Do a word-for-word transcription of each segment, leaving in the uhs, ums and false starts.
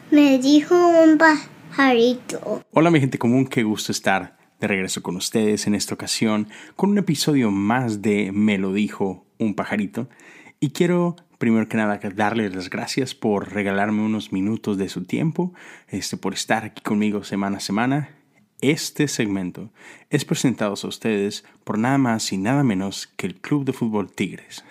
Me dijo un pajarito. Hola mi gente común, qué gusto estar de regreso con ustedes en esta ocasión con un episodio más de Me lo dijo un pajarito. Y quiero primero que nada darles las gracias por regalarme unos minutos de su tiempo, este, por estar aquí conmigo semana a semana. Este segmento es presentado a ustedes por nada más y nada menos que el Club de Fútbol Tigres.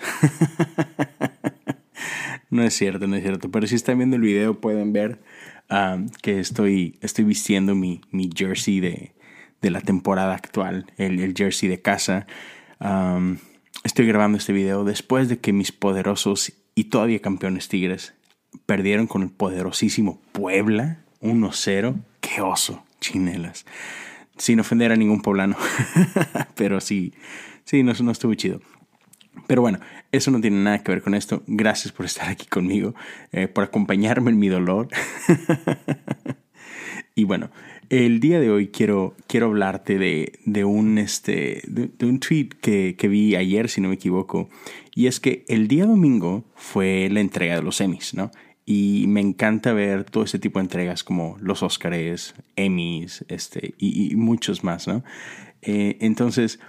No es cierto, no es cierto, pero si están viendo el video pueden ver um, que estoy, estoy vistiendo mi, mi jersey de, de la temporada actual, el, el jersey de casa. Um, estoy grabando este video después de que mis poderosos y todavía campeones Tigres perdieron con el poderosísimo Puebla uno cero. ¡Qué oso! Chinelas. Sin ofender a ningún poblano. Pero sí, sí, no, no estuvo chido. Pero bueno, eso no tiene nada que ver con esto. Gracias por estar aquí conmigo, eh, por acompañarme en mi dolor. Y bueno, el día de hoy quiero, quiero hablarte de, de, un, este, de, de un tweet que, que vi ayer, si no me equivoco. Y es que el día domingo fue la entrega de los Emmys, ¿no? Y me encanta ver todo ese tipo de entregas como los Óscares, Emmys, este, y, y muchos más, ¿no? Eh, entonces,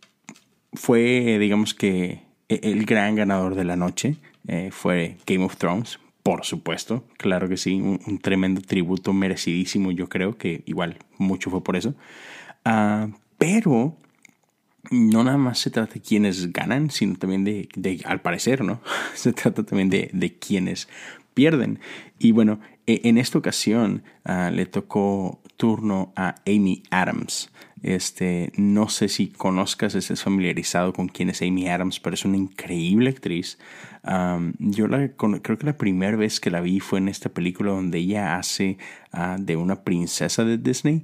fue, digamos que, el gran ganador de la noche eh, fue Game of Thrones, por supuesto, claro que sí, un, un tremendo tributo merecidísimo, yo creo que igual mucho fue por eso. Uh, pero no nada más se trata de quienes ganan, sino también de, de al parecer, ¿no? Se trata también de, de quienes pierden. Y bueno, en esta ocasión uh, le tocó turno a Amy Adams. Este, no sé si conozcas, estés familiarizado con quién es Amy Adams, pero es una increíble actriz. Um, yo la, creo que la primera vez que la vi fue en esta película donde ella hace uh, de una princesa de Disney.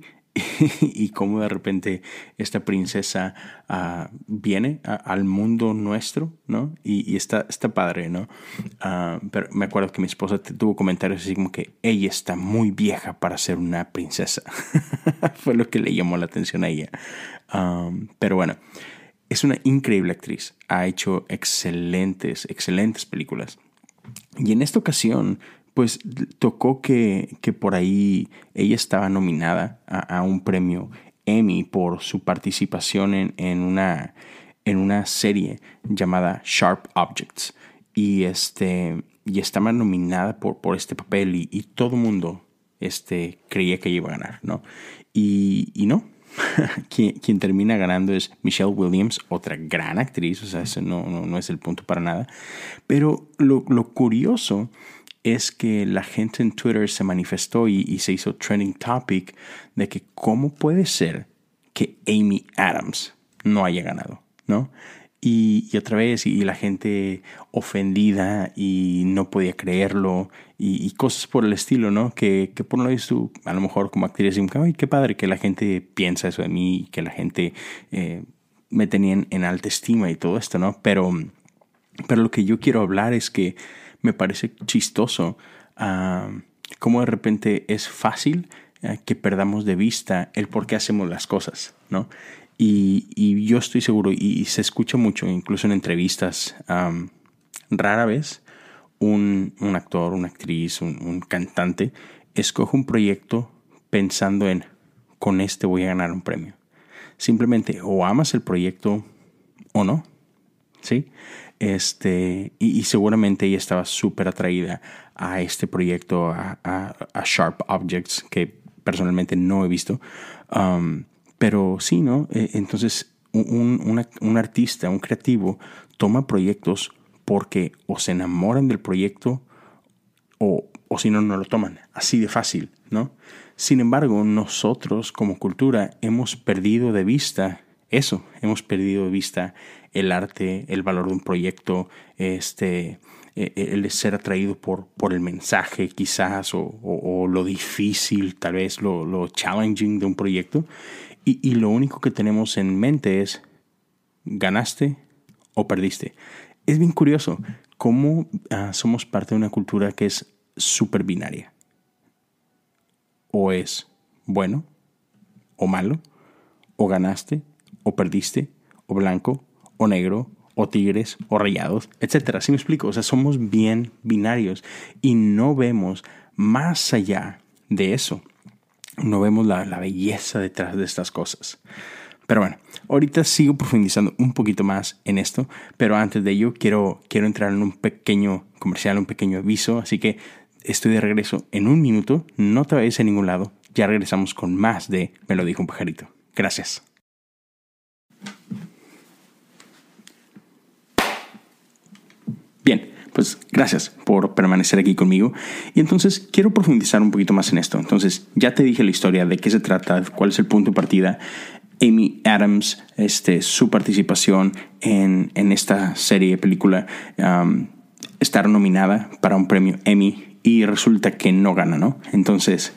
Y cómo de repente esta princesa uh, viene a, al mundo nuestro, ¿no? Y, y está, está padre, ¿no? Uh, pero me acuerdo que mi esposa tuvo comentarios así como que ella está muy vieja para ser una princesa. Fue lo que le llamó la atención a ella. Um, pero bueno, es una increíble actriz. Ha hecho excelentes, excelentes películas. Y en esta ocasión, pues tocó que, que por ahí ella estaba nominada a, a un premio Emmy por su participación en, en, una, en una serie llamada Sharp Objects. Y, este, y estaba nominada por, por este papel y, y todo el mundo este, creía que ella iba a ganar, ¿no? Y, y no. quien, quien termina ganando es Michelle Williams, otra gran actriz, o sea, ese no, no, no es el punto para nada. Pero lo, lo curioso es que la gente en Twitter se manifestó y, y se hizo trending topic de que cómo puede ser que Amy Adams no haya ganado, ¿no? Y, y otra vez, y, y la gente ofendida y no podía creerlo y, y cosas por el estilo, ¿no? Que, que por lo visto tú, a lo mejor como actriz, ay, qué padre que la gente piensa eso de mí, que la gente eh, me tenía en, en alta estima y todo esto, ¿no? Pero, pero lo que yo quiero hablar es que me parece chistoso uh, cómo de repente es fácil uh, que perdamos de vista el por qué hacemos las cosas, ¿no? Y, y yo estoy seguro, y, y se escucha mucho, incluso en entrevistas, um, rara vez un, un actor, una actriz, un, un cantante escoge un proyecto pensando en, con este voy a ganar un premio. Simplemente o amas el proyecto o no, ¿sí? Este, y, y seguramente ella estaba súper atraída a este proyecto, a, a, a Sharp Objects, que personalmente no he visto. Um, pero sí, ¿no? Eh, entonces, un, una, un artista, un creativo, toma proyectos porque o se enamoran del proyecto o, o si no, no lo toman. Así de fácil, ¿no? Sin embargo, nosotros como cultura hemos perdido de vista eso. Hemos perdido de vista el arte, el valor de un proyecto, este, el de ser atraído por, por el mensaje quizás o, o, o lo difícil, tal vez lo, lo challenging de un proyecto. Y, y lo único que tenemos en mente es ganaste o perdiste. Es bien curioso cómo uh, somos parte de una cultura que es súper binaria. O es bueno o malo, o ganaste o perdiste, o blanco o negro, o tigres o rayados, etcétera. ¿Sí me explico? O sea, somos bien binarios y no vemos más allá de eso. No vemos la, la belleza detrás de estas cosas. Pero bueno, ahorita sigo profundizando un poquito más en esto, pero antes de ello quiero, quiero entrar en un pequeño comercial, un pequeño aviso, así que estoy de regreso en un minuto, no te vayas a ningún lado, ya regresamos con más de Me lo dijo un pajarito. Gracias. Bien, pues gracias por permanecer aquí conmigo. Y entonces quiero profundizar un poquito más en esto. Entonces ya te dije la historia, de qué se trata, cuál es el punto de partida. Amy Adams, este, su participación en, en esta serie de película, um, estar nominada para un premio Emmy y resulta que no gana, ¿no? Entonces,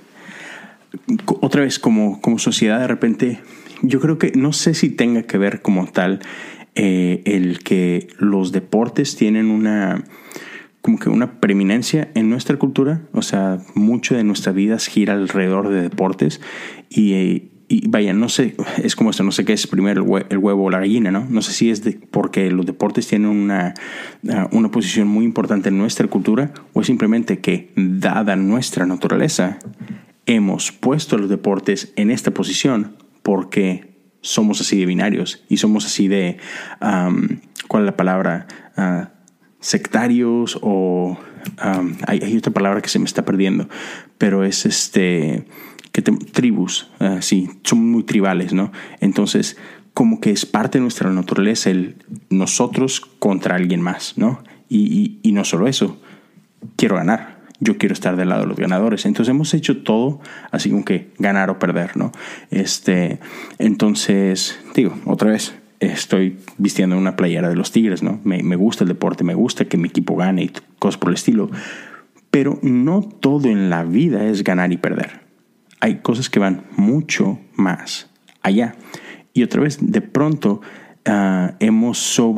otra vez como, como sociedad de repente, yo creo que no sé si tenga que ver como tal eh, el que los deportes tienen una como que una preeminencia en nuestra cultura. O sea, mucho de nuestra vida gira alrededor de deportes y eh, Y vaya, no sé, es como esto, no sé qué es primero, el, hue- el huevo o la gallina, ¿no? No sé si es de, porque los deportes tienen una, uh, una posición muy importante en nuestra cultura, o es simplemente que, dada nuestra naturaleza, hemos puesto los deportes en esta posición porque somos así de binarios y somos así de, um, ¿cuál es la palabra? Uh, sectarios o... Um, hay, hay otra palabra que se me está perdiendo, pero es este... que te, tribus, uh, sí, son muy tribales, ¿no? Entonces, como que es parte de nuestra naturaleza el nosotros contra alguien más, ¿no? Y, y, y no solo eso, quiero ganar, yo quiero estar del lado de los ganadores. Entonces hemos hecho todo así como que ganar o perder, ¿no? Este, entonces, digo, otra vez, estoy vistiendo una playera de los Tigres, ¿no? Me, me gusta el deporte, me gusta que mi equipo gane y cosas por el estilo, pero no todo en la vida es ganar y perder. Hay cosas que van mucho más allá. Y otra vez, de pronto, uh, hemos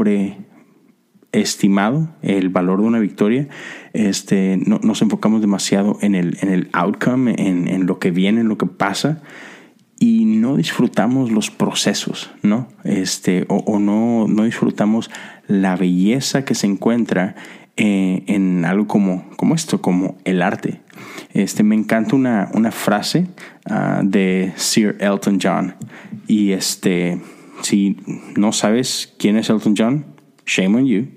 sobreestimado el valor de una victoria. Este, no, nos enfocamos demasiado en el, en el outcome, en, en lo que viene, en lo que pasa, y no disfrutamos los procesos, ¿no? Este, o, o no, no disfrutamos la belleza que se encuentra eh, en algo como, como esto, como el arte. Este, me encanta una, una frase uh, de Sir Elton John. Y este, si no sabes quién es Elton John, shame on you.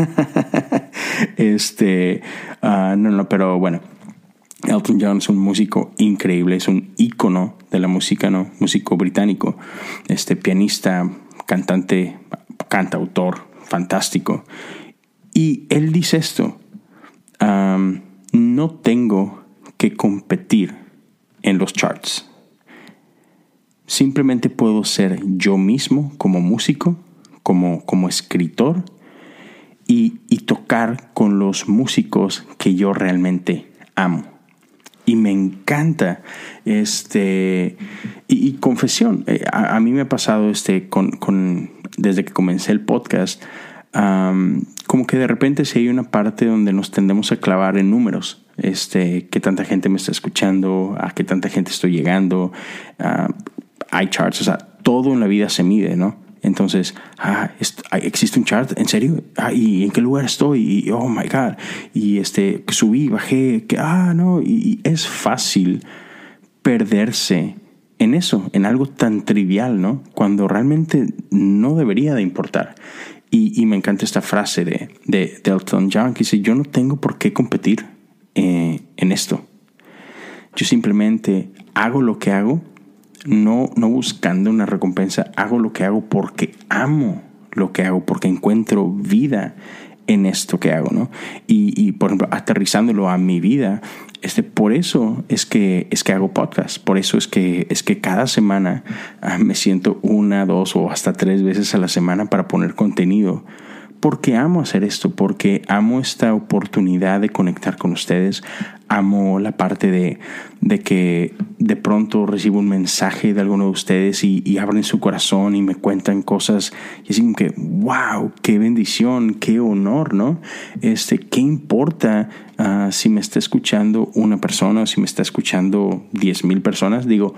este, uh, no, no, pero bueno, Elton John es un músico increíble, es un ícono de la música, ¿no? Músico británico, este, pianista, cantante, cantautor, fantástico. Y él dice esto: um, no tengo que competir en los charts. Simplemente puedo ser yo mismo como músico, como, como escritor y, y tocar con los músicos que yo realmente amo. Y me encanta este y, y confesión, eh, a, a mí me ha pasado este con, con desde que comencé el podcast, um, como que de repente si hay una parte donde nos tendemos a clavar en números. Este, qué tanta gente me está escuchando, a qué tanta gente estoy llegando, uh, hay charts, o sea, todo en la vida se mide, ¿no? Entonces, ah, est- ¿existe un chart? ¿En serio? Ah, ¿y en qué lugar estoy? Y, oh my God, y este, subí, bajé, que, ah, no, y, y es fácil perderse en eso, en algo tan trivial, ¿no? Cuando realmente no debería de importar. Y, y me encanta esta frase de, de, de Elton John que dice: yo no tengo por qué competir Eh, en esto. Yo simplemente hago lo que hago, no, no buscando una recompensa. Hago lo que hago porque amo lo que hago, porque encuentro vida en esto que hago, ¿no? Y, y por ejemplo, aterrizándolo a mi vida, este, por eso es que, es que hago podcast. Por eso es que, es que cada semana uh, me siento una, dos o hasta tres veces a la semana para poner contenido. Porque amo hacer esto, porque amo esta oportunidad de conectar con ustedes. Amo la parte de, de que de pronto recibo un mensaje de alguno de ustedes y, y abren su corazón y me cuentan cosas. Y así como que, wow, qué bendición, qué honor, ¿no? Este, ¿qué importa uh, si me está escuchando una persona o si me está escuchando diez mil personas? Digo,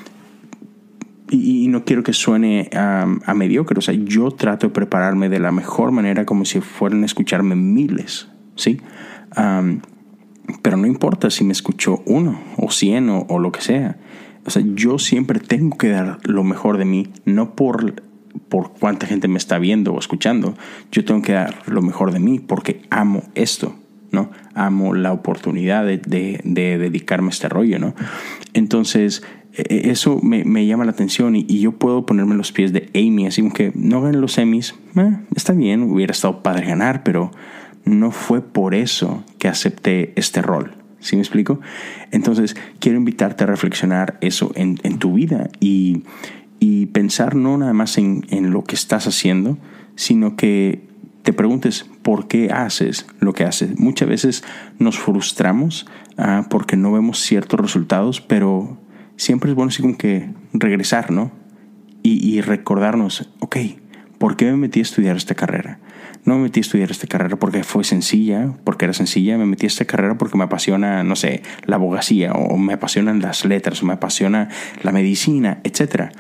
Y, y no quiero que suene um, a mediocre. O sea, yo trato de prepararme de la mejor manera, como si fueran a escucharme miles, ¿sí? Um, Pero no importa si me escuchó uno o cien o, o lo que sea. O sea, yo siempre tengo que dar lo mejor de mí, no por, por cuánta gente me está viendo o escuchando. Yo tengo que dar lo mejor de mí porque amo esto, ¿no? Amo la oportunidad de, de, de dedicarme a este rollo, ¿no? Entonces, eso me, me llama la atención y, y yo puedo ponerme en los pies de Amy, así como que no ganen los Emmys, eh, está bien, hubiera estado padre ganar, pero no fue por eso que acepté este rol. ¿Sí me explico? Entonces, quiero invitarte a reflexionar eso en, en tu vida y, y pensar no nada más en, en lo que estás haciendo, sino que te preguntes por qué haces lo que haces. Muchas veces nos frustramos uh, porque no vemos ciertos resultados, pero siempre es bueno así como que regresar, ¿no? Y, y recordarnos, ok, ¿por qué me metí a estudiar esta carrera? No me metí a estudiar esta carrera porque fue sencilla, porque era sencilla. Me metí a esta carrera porque me apasiona, no sé, la abogacía, o me apasionan las letras, o me apasiona la medicina, etcétera.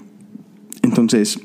Entonces,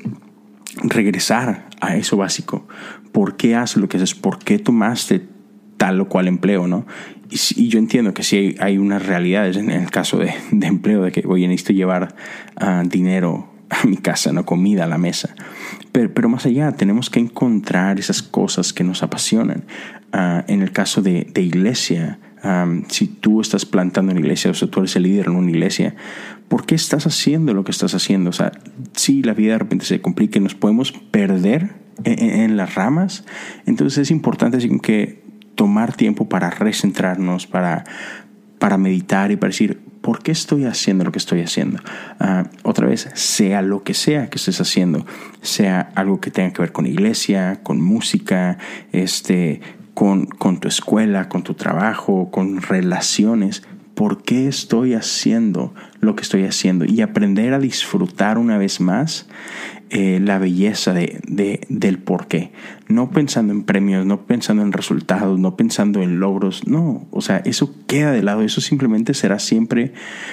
regresar a eso básico. ¿Por qué haces lo que haces? ¿Por qué tomaste tal o cual empleo, no? Y, y yo entiendo que sí hay, hay unas realidades en el caso de, de empleo, de que, oye, necesito llevar uh, dinero a mi casa, no comida a la mesa. Pero, pero más allá, tenemos que encontrar esas cosas que nos apasionan. Uh, en el caso de, de iglesia, um, si tú estás plantando una iglesia, o sea, tú eres el líder en una iglesia, ¿por qué estás haciendo lo que estás haciendo? O sea, si la vida de repente se complica y nos podemos perder en, en, en las ramas, entonces es importante así que tomar tiempo para recentrarnos, para, para meditar y para decir, ¿por qué estoy haciendo lo que estoy haciendo? Uh, otra vez, sea lo que sea que estés haciendo, sea algo que tenga que ver con iglesia, con música, este, con, con tu escuela, con tu trabajo, con relaciones. ¿Por qué estoy haciendo lo que estoy haciendo? Y aprender a disfrutar una vez más eh, la belleza de, de, del por qué. No pensando en premios, no pensando en resultados, no pensando en logros. No, o sea, eso queda de lado. Eso simplemente será siempre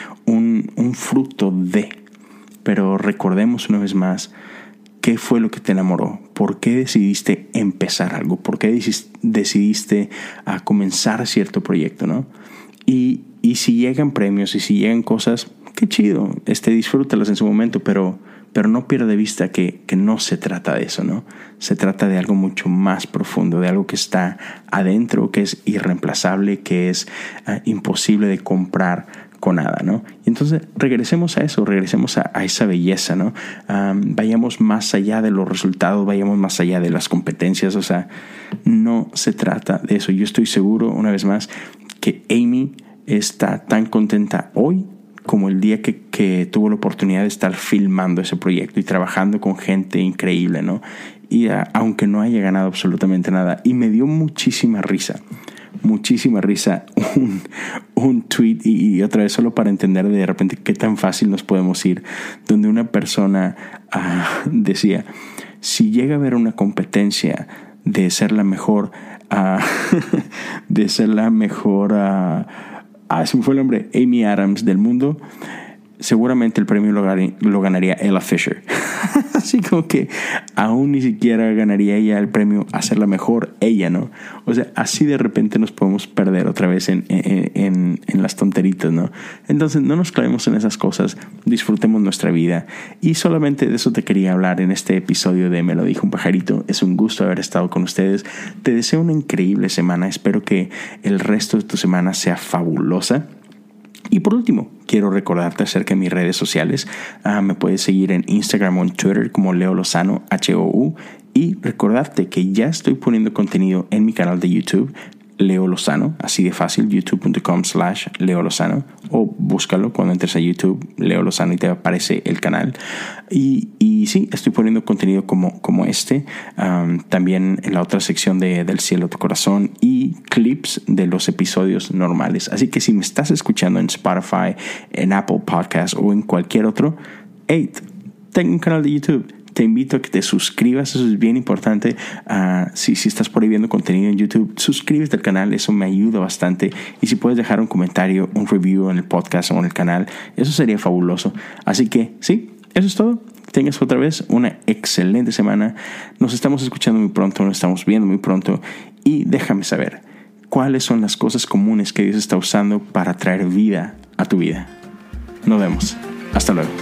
un, un fruto de. Pero recordemos una vez más, ¿qué fue lo que te enamoró? ¿Por qué decidiste empezar algo? ¿Por qué decidiste a comenzar cierto proyecto, no? Y Y si llegan premios y si llegan cosas, qué chido, este, disfrútalas en su momento, pero, pero no pierda de vista que, que no se trata de eso, ¿no? Se trata de algo mucho más profundo, de algo que está adentro, que es irreemplazable, que es uh, imposible de comprar con nada, ¿no? Y entonces regresemos a eso, regresemos a, a esa belleza, ¿no? Um, vayamos más allá de los resultados, vayamos más allá de las competencias, o sea, no se trata de eso. Yo estoy seguro, una vez más, que Amy está tan contenta hoy como el día que, que tuvo la oportunidad de estar filmando ese proyecto y trabajando con gente increíble, ¿no? Y a, aunque no haya ganado absolutamente nada, y me dio muchísima risa, muchísima risa un, un tweet, y, y otra vez solo para entender de repente qué tan fácil nos podemos ir, donde una persona uh, decía, si llega a haber una competencia de ser la mejor, uh, de ser la mejor... Uh, Ah, ese fue el nombre, Amy Adams del mundo, seguramente el premio lo, lo ganaría Ella Fisher. Así como que aún ni siquiera ganaría ella el premio a ser la mejor ella, ¿no? O sea, así de repente nos podemos perder otra vez en, en, en, en las tonteritas, ¿no? Entonces no nos clavemos en esas cosas, disfrutemos nuestra vida. Y solamente de eso te quería hablar en este episodio de Me lo dijo un pajarito. Es un gusto haber estado con ustedes. Te deseo una increíble semana. Espero que el resto de tu semana sea fabulosa. Y por último, quiero recordarte acerca de mis redes sociales. Uh, me puedes seguir en Instagram o en Twitter como Leo Lozano, H O U. Y recordarte que ya estoy poniendo contenido en mi canal de YouTube, Leo Lozano, así de fácil, youtube.com slash Leo Lozano, o búscalo cuando entres a YouTube, Leo Lozano, y te aparece el canal. Y, y sí, estoy poniendo contenido como, como este, um, también en la otra sección de Del Cielo a tu Corazón, y clips de los episodios normales. Así que si me estás escuchando en Spotify, en Apple Podcasts o en cualquier otro, hey, tengo un canal de YouTube. Te invito a que te suscribas, eso es bien importante. Uh, si, si estás por ahí viendo contenido en YouTube, suscríbete al canal, eso me ayuda bastante. Y si puedes dejar un comentario, un review en el podcast o en el canal, eso sería fabuloso. Así que sí, eso es todo. Tengas otra vez una excelente semana. Nos estamos escuchando muy pronto, nos estamos viendo muy pronto. Y déjame saber, cuáles son las cosas comunes que Dios está usando para traer vida a tu vida. Nos vemos. Hasta luego.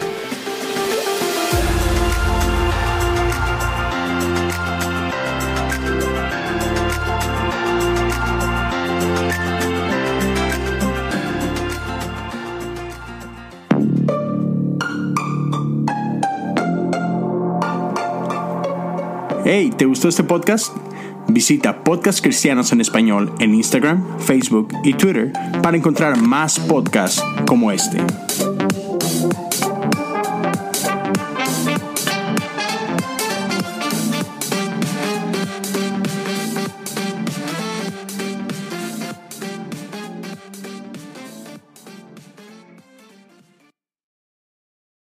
Hey, ¿te gustó este podcast? Visita Podcast Cristianos en Español en Instagram, Facebook y Twitter para encontrar más podcasts como este.